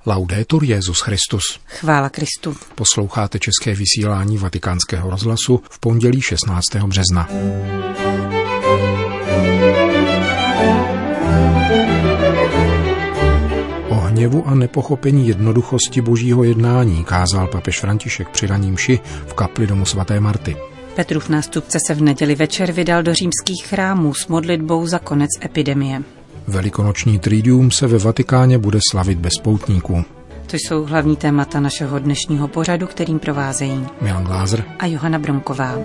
Laudetur Jesus Christus. Chvála Kristu. Posloucháte české vysílání Vatikánského rozhlasu v pondělí 16. března. O hněvu a nepochopení jednoduchosti božího jednání kázal papež František při raní mši v kapli domu svaté Marty. Petrův nástupce se v neděli večer vydal do římských chrámů s modlitbou za konec epidemie. Velikonoční tridium se ve Vatikáně bude slavit bez poutníků. To jsou hlavní témata našeho dnešního pořadu, kterým provázejí Milan Glázer a Johana Bromková.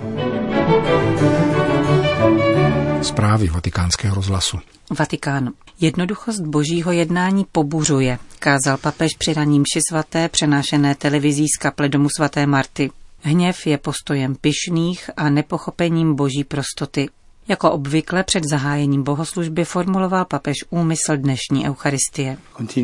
Zprávy Vatikánského rozhlasu. Vatikán. Jednoduchost božího jednání pobuřuje, kázal papež při raní mši svaté přenášené televizí z kaple domu svaté Marty. Hněv je postojem pyšných a nepochopením boží prostoty. Jako obvykle před zahájením bohoslužby formuloval papež úmysl dnešní eucharistie.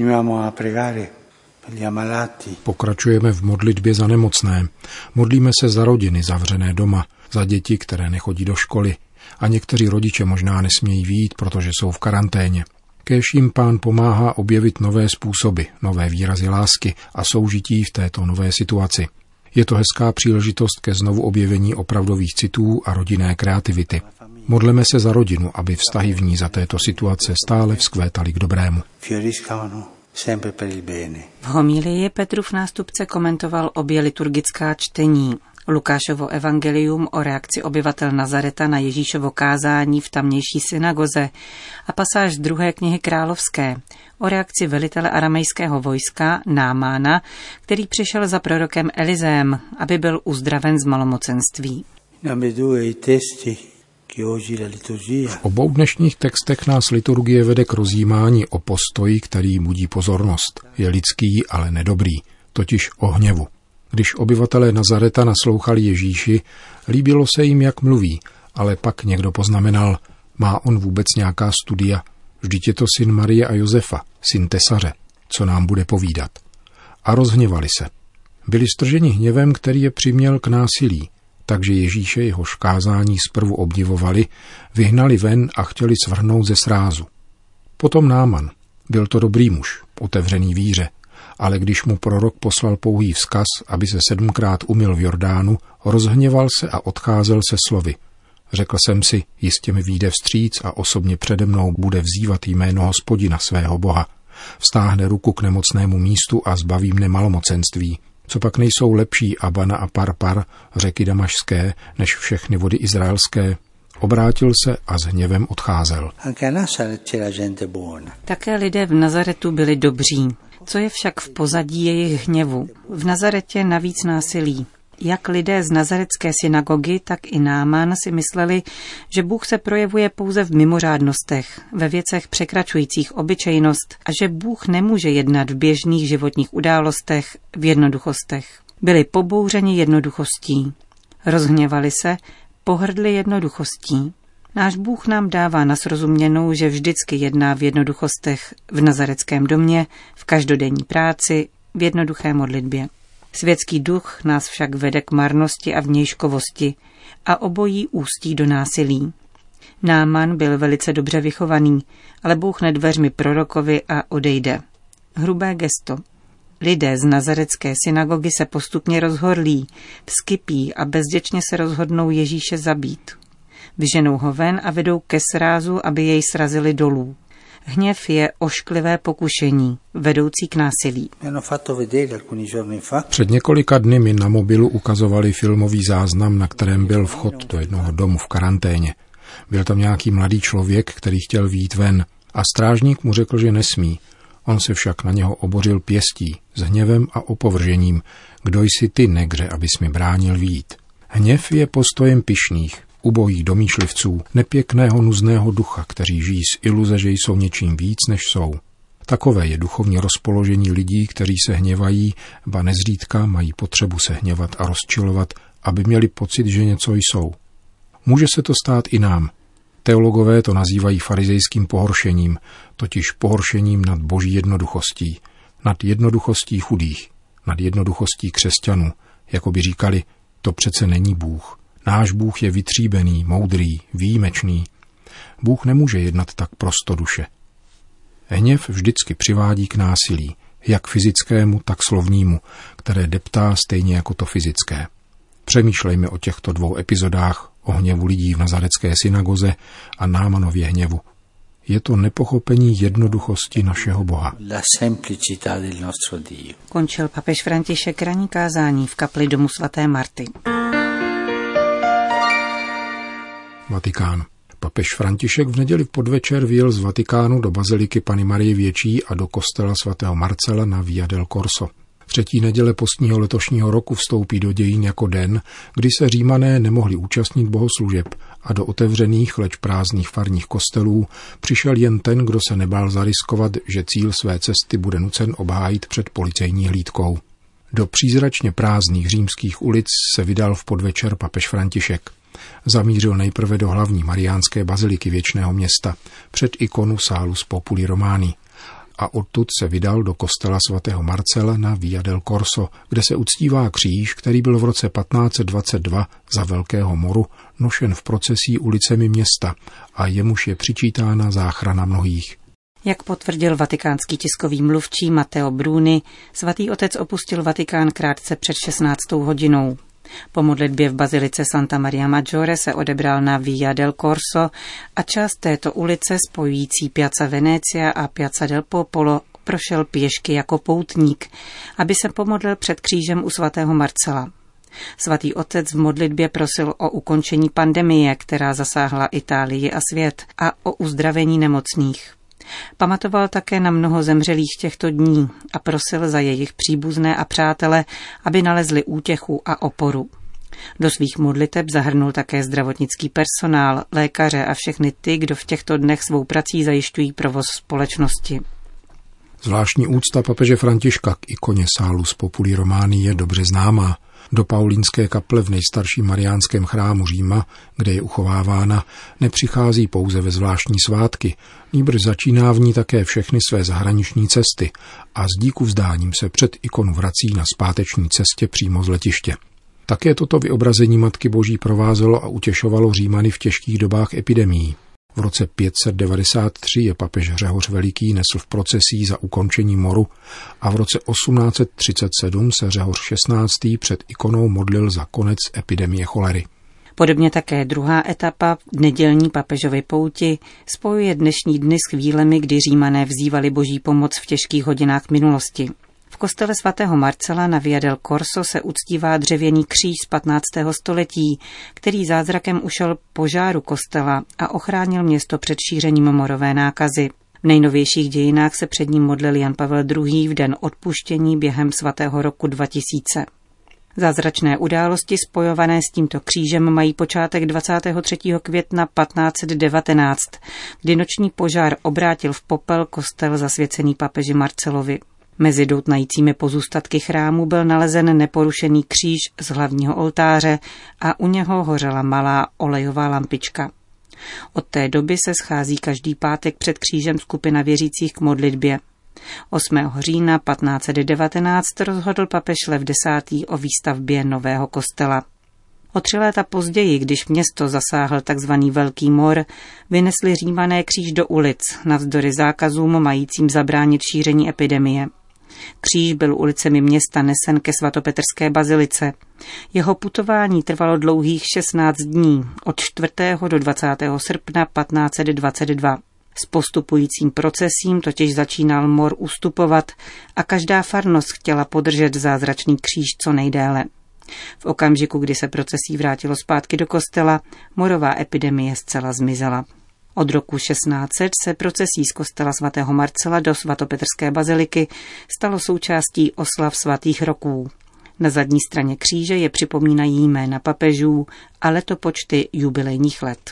Pokračujeme v modlitbě za nemocné. Modlíme se za rodiny zavřené doma, za děti, které nechodí do školy. A někteří rodiče možná nesmějí vyjít, protože jsou v karanténě. Kéž jim Pán pomáhá objevit nové způsoby, nové výrazy lásky a soužití v této nové situaci. Je to hezká příležitost ke znovu objevení opravdových citů a rodinné kreativity. Modleme se za rodinu, aby vztahy v ní za této situace stále vzkvétaly k dobrému. V homílii Petrův nástupce komentoval obě liturgická čtení. Lukášovo evangelium o reakci obyvatel Nazareta na Ježíšovo kázání v tamnější synagoze a pasáž z 2. knihy Královské o reakci velitele aramejského vojska Námána, který přišel za prorokem Elizeem, aby byl uzdraven z malomocenství. V obou dnešních textech nás liturgie vede k rozjímání o postoji, který budí pozornost. Je lidský, ale nedobrý, totiž o hněvu. Když obyvatelé Nazareta naslouchali Ježíši, líbilo se jim, jak mluví, ale pak někdo poznamenal, má on vůbec nějaká studia? Vždyť je to syn Marie a Josefa, syn tesaře, co nám bude povídat. A rozhněvali se. Byli strženi hněvem, který je přiměl k násilí, takže Ježíše jehož kázání zprvu obdivovali, vyhnali ven a chtěli svrhnout ze srázu. Potom Náman. Byl to dobrý muž, otevřený víře, ale když mu prorok poslal pouhý vzkaz, aby se 7krát umyl v Jordánu, rozhněval se a odcházel se slovy. Řekl jsem si, jistě mi vyjde vstříc a osobně přede mnou bude vzývat jméno Hospodina svého Boha. Vztáhne ruku k nemocnému místu a zbaví mne malomocenství. Co pak nejsou lepší Abana a Parpar, řeky damašské, než všechny vody izraelské? Obrátil se a s hněvem odcházel. Také lidé v Nazaretu byli dobří. Co je však v pozadí jejich hněvu? V Nazaretě navíc násilí. Jak lidé z nazaretské synagogy, tak i Náman si mysleli, že Bůh se projevuje pouze v mimořádnostech, ve věcech překračujících obyčejnost a že Bůh nemůže jednat v běžných životních událostech, v jednoduchostech. Byli pobouřeni jednoduchostí. Rozhněvali se, pohrdli jednoduchostí. Náš Bůh nám dává na srozuměnou, že vždycky jedná v jednoduchostech, v nazareckém domě, v každodenní práci, v jednoduché modlitbě. Světský duch nás však vede k marnosti a vnějškovosti a obojí ústí do násilí. Náman byl velice dobře vychovaný, ale bouchne dveřmi prorokovi a odejde. Hrubé gesto. Lidé z nazarecké synagogy se postupně rozhorlí, vzkypí a bezděčně se rozhodnou Ježíše zabít. Vyženou ho ven a vedou ke srázu, aby jej srazili dolů. Hněv je ošklivé pokušení, vedoucí k násilí. Před několika dny mi na mobilu ukazovali filmový záznam, na kterém byl vchod do jednoho domu v karanténě. Byl tam nějaký mladý člověk, který chtěl vyjít ven a strážník mu řekl, že nesmí. On se však na něho obořil pěstí, s hněvem a opovržením. Kdo jsi ty, negře, abys mi bránil vyjít? Hněv je postojem pyšných, ubohých domýšlivců, nepěkného nuzného ducha, kteří žijí z iluze, že jsou něčím víc, než jsou. Takové je duchovní rozpoložení lidí, kteří se hněvají, ba nezřídka mají potřebu se hněvat a rozčilovat, aby měli pocit, že něco jsou. Může se to stát i nám. Teologové to nazývají farizejským pohoršením, totiž pohoršením nad boží jednoduchostí, nad jednoduchostí chudých, nad jednoduchostí křesťanů, jako by říkali, to přece není Bůh. Náš Bůh je vytříbený, moudrý, výjimečný. Bůh nemůže jednat tak prostoduše. Hněv vždycky přivádí k násilí. jak fyzickému, tak slovnímu, které deptá stejně jako to fyzické. Přemýšlejme o těchto dvou epizodách, o hněvu lidí v nazarecké synagoze a Námanově hněvu. Je to nepochopení jednoduchosti našeho Boha. Končil papež František ranní kázání v kapli domu svaté Marty. Vatikán. Papež František v neděli v podvečer vyjel z Vatikánu do baziliky Panny Marie Větší a do kostela svatého Marcela na Via del Corso. Třetí neděle postního letošního roku vstoupí do dějin jako den, kdy se Římané nemohli účastnit bohoslužeb a do otevřených, leč prázdných farních kostelů přišel jen ten, kdo se nebál zariskovat, že cíl své cesty bude nucen obhájit před policejní hlídkou. Do přízračně prázdných římských ulic se vydal v podvečer papež František. Zamířil nejprve do hlavní mariánské baziliky Věčného Města, před ikonu Salus Populi Romani, a odtud se vydal do kostela svatého Marcela na Via del Corso, kde se uctívá kříž, který byl v roce 1522 za Velkého moru nošen v procesí ulicemi města a jemuž je přičítána záchrana mnohých. Jak potvrdil vatikánský tiskový mluvčí Matteo Bruni, svatý otec opustil Vatikán krátce před 16. hodinou. Po modlitbě v bazilice Santa Maria Maggiore se odebral na Via del Corso a část této ulice spojující Piazza Venezia a Piazza del Popolo prošel pěšky jako poutník, aby se pomodlil před křížem u svatého Marcela. Svatý otec v modlitbě prosil o ukončení pandemie, která zasáhla Itálii a svět, a o uzdravení nemocných. Pamatoval také na mnoho zemřelých těchto dní a prosil za jejich příbuzné a přátele, aby nalezli útěchu a oporu. Do svých modliteb zahrnul také zdravotnický personál, lékaře a všechny ty, kdo v těchto dnech svou prací zajišťují provoz společnosti. Zvláštní úcta papeže Františka k ikoně Salus Populi Romani je dobře známá. Do Paulínské kaple v nejstarším mariánském chrámu Říma, kde je uchovávána, nepřichází pouze ve zvláštní svátky, nýbrž začíná v ní také všechny své zahraniční cesty a s díkuvzdáním se před ikonu vrací na zpáteční cestě přímo z letiště. Také toto vyobrazení Matky Boží provázelo a utěšovalo Římany v těžkých dobách epidemií. V roce 593 je papež Řehoř Veliký nesl v procesí za ukončení moru a v roce 1837 se Řehoř XVI. Před ikonou modlil za konec epidemie cholery. Podobně také druhá etapa v nedělní papežovy pouti spojuje dnešní dny s chvílemi, kdy Římané vzývali Boží pomoc v těžkých hodinách minulosti. V kostele svatého Marcela na Via del Corso se uctívá dřevěný kříž z 15. století, který zázrakem ušel požáru kostela a ochránil město před šířením morové nákazy. V nejnovějších dějinách se před ním modlil Jan Pavel II. V den odpuštění během svatého roku 2000. Zázračné události spojované s tímto křížem mají počátek 23. května 1519, kdy noční požár obrátil v popel kostel zasvěcený papeži Marcelovi. Mezi doutnajícími pozůstatky chrámu byl nalezen neporušený kříž z hlavního oltáře a u něho hořela malá olejová lampička. Od té doby se schází každý pátek před křížem skupina věřících k modlitbě. 8. října 1519 rozhodl papež Lev X. o výstavbě nového kostela. O 3 léta později, když město zasáhl tzv. Velký mor, vynesli Římané kříž do ulic, navzdory zákazům majícím zabránit šíření epidemie. Kříž byl ulicemi města nesen ke svatopetrské bazilice. Jeho putování trvalo dlouhých 16 dní, od 4. do 20. srpna 1522. S postupujícím procesím totiž začínal mor ustupovat a každá farnost chtěla podržet zázračný kříž co nejdéle. V okamžiku, kdy se procesí vrátilo zpátky do kostela, morová epidemie zcela zmizela. Od roku 1600 se procesí z kostela svatého Marcela do svatopetrské baziliky stalo součástí oslav svatých roků. Na zadní straně kříže je připomínají jména papežů a letopočty jubilejních let.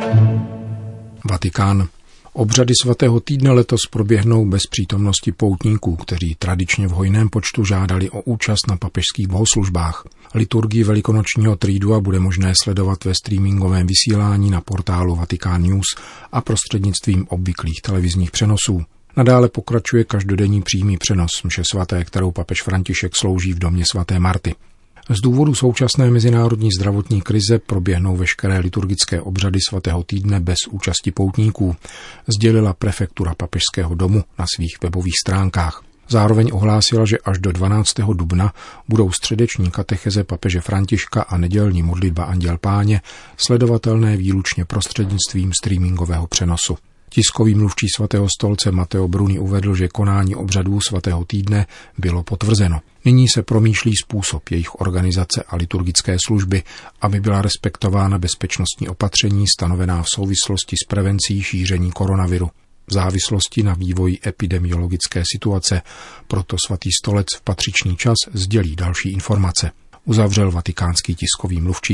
Vatikán. Obřady svatého týdne letos proběhnou bez přítomnosti poutníků, kteří tradičně v hojném počtu žádali o účast na papežských bohoslužbách. Liturgii velikonočního trídua bude možné sledovat ve streamingovém vysílání na portálu Vatican News a prostřednictvím obvyklých televizních přenosů. Nadále pokračuje každodenní přímý přenos mše svaté, kterou papež František slouží v domě svaté Marty. Z důvodu současné mezinárodní zdravotní krize proběhnou veškeré liturgické obřady svatého týdne bez účasti poutníků, sdělila prefektura papežského domu na svých webových stránkách. Zároveň ohlásila, že až do 12. dubna budou středeční katecheze papeže Františka a nedělní modlitba Anděl Páně sledovatelné výlučně prostřednictvím streamingového přenosu. Tiskový mluvčí Svatého stolce Matteo Bruni uvedl, že konání obřadů svatého týdne bylo potvrzeno. Nyní se promýšlí způsob jejich organizace a liturgické služby, aby byla respektována bezpečnostní opatření stanovená v souvislosti s prevencí šíření koronaviru. V závislosti na vývoji epidemiologické situace proto Svatý stolec v patřičný čas sdělí další informace, uzavřel vatikánský tiskový mluvčí.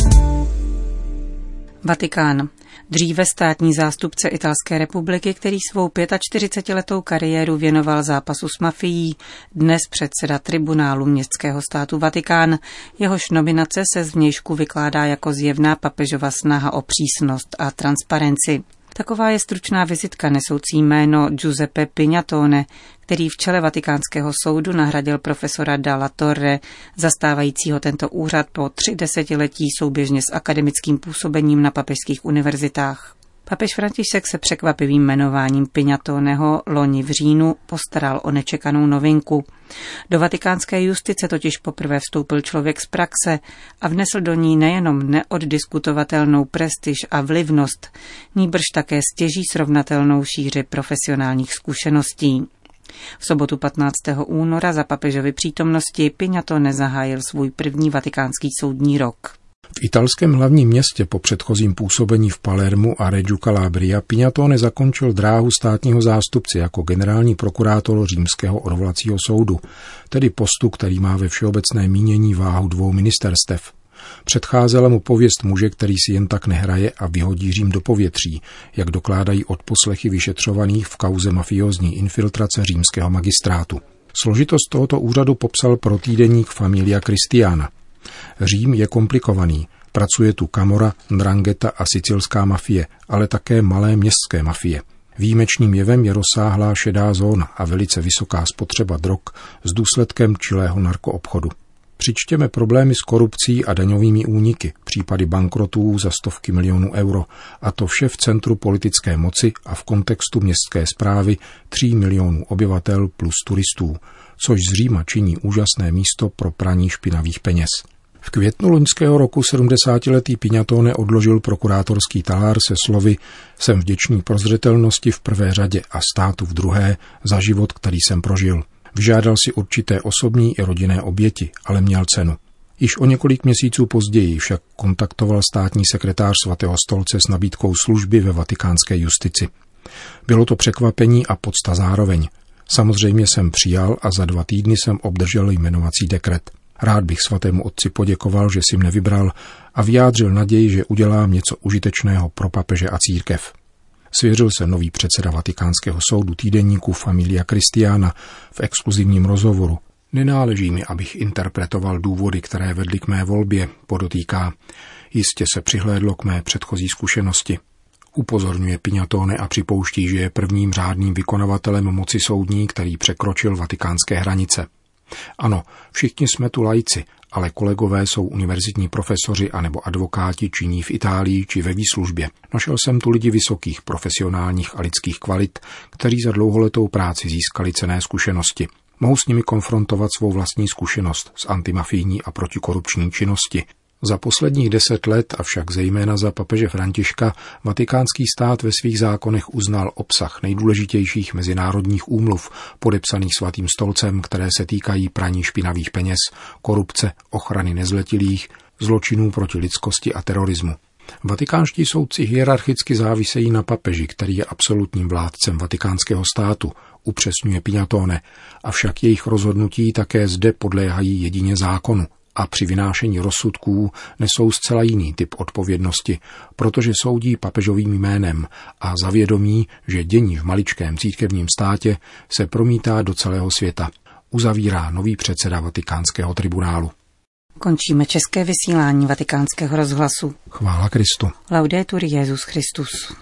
Vatikán. Dříve státní zástupce Italské republiky, který svou 45letou kariéru věnoval zápasu s mafií, dnes předseda tribunálu městského státu Vatikán, jehož nominace se zvnějšku vykládá jako zjevná papežova snaha o přísnost a transparenci. Taková je stručná vizitka nesoucí jméno Giuseppe Pignatone, který v čele Vatikánského soudu nahradil profesora Dalla Torre, zastávajícího tento úřad po 3 desetiletí souběžně s akademickým působením na papežských univerzitách. Papež František se překvapivým jmenováním Pignatoneho loni v říjnu postaral o nečekanou novinku. Do vatikánské justice totiž poprvé vstoupil člověk z praxe a vnesl do ní nejenom neoddiskutovatelnou prestiž a vlivnost, nýbrž také stěží srovnatelnou šíři profesionálních zkušeností. V sobotu 15. února za papežovy přítomnosti Pignatone zahájil svůj první vatikánský soudní rok. V italském hlavním městě po předchozím působení v Palermu a Reggio Calabria Pignatone zakončil dráhu státního zástupce jako generální prokurátor římského odvolacího soudu, tedy postu, který má ve všeobecné mínění váhu 2 ministerstev. Předcházela mu pověst muže, který si jen tak nehraje a vyhodí Řím do povětří, jak dokládají odposlechy vyšetřovaných v kauze mafiózní infiltrace římského magistrátu. Složitost tohoto úřadu popsal pro týdeník Familia Cristiana. Řím je komplikovaný, pracuje tu Camorra, 'Ndrangheta a sicilská mafie, ale také malé městské mafie. Výjimečným jevem je rozsáhlá šedá zóna a velice vysoká spotřeba drog s důsledkem čilého narkoobchodu. Přičtěme problémy s korupcí a daňovými úniky, případy bankrotů za stovky milionů euro, a to vše v centru politické moci a v kontextu městské správy 3 milionů obyvatel plus turistů, což z Říma činí úžasné místo pro praní špinavých peněz. V květnu loňského roku 70letý Pignatone odložil prokurátorský talár se slovy: "Jsem vděčný prozřetelnosti v prvé řadě a státu v druhé za život, který jsem prožil. Vyžádal si určité osobní i rodinné oběti, ale měl cenu." Již o několik měsíců později však kontaktoval státní sekretář Svatého stolce s nabídkou služby ve vatikánské justici. Bylo to překvapení a podsta zároveň. Samozřejmě jsem přijal a za 2 týdny jsem obdržel jmenovací dekret. Rád bych svatému otci poděkoval, že si mne vybral, a vyjádřil naději, že udělám něco užitečného pro papeže a církev. Svěřil se nový předseda Vatikánského soudu týdeníku Familia Cristiana v exkluzivním rozhovoru. "Nenáleží mi, abych interpretoval důvody, které vedly k mé volbě," podotýká. Jistě se přihlédlo k mé předchozí zkušenosti. Upozorňuje Pignatone a připouští, že je prvním řádným vykonavatelem moci soudní, který překročil vatikánské hranice. Ano, všichni jsme tu laici, ale kolegové jsou univerzitní profesoři anebo advokáti činní v Itálii či ve výslužbě. Našel jsem tu lidi vysokých profesionálních a lidských kvalit, kteří za dlouholetou práci získali cenné zkušenosti. Mohu s nimi konfrontovat svou vlastní zkušenost z antimafijní a protikorupční činnosti. Za posledních 10 let, avšak zejména za papeže Františka, vatikánský stát ve svých zákonech uznal obsah nejdůležitějších mezinárodních úmluv podepsaných Svatým stolcem, které se týkají praní špinavých peněz, korupce, ochrany nezletilých, zločinů proti lidskosti a terorismu. Vatikánští soudci hierarchicky závisejí na papeži, který je absolutním vládcem vatikánského státu, upřesňuje Pignatone, avšak jejich rozhodnutí také zde podléhají jedině zákonu a při vynášení rozsudků nesou zcela jiný typ odpovědnosti, protože soudí papežovým jménem a za vědomí, že dění v maličkém církevním státě se promítá do celého světa, uzavírá nový předseda Vatikánského tribunálu. Končíme české vysílání Vatikánského rozhlasu. Chvála Kristu. Laudetur Jesus Christus.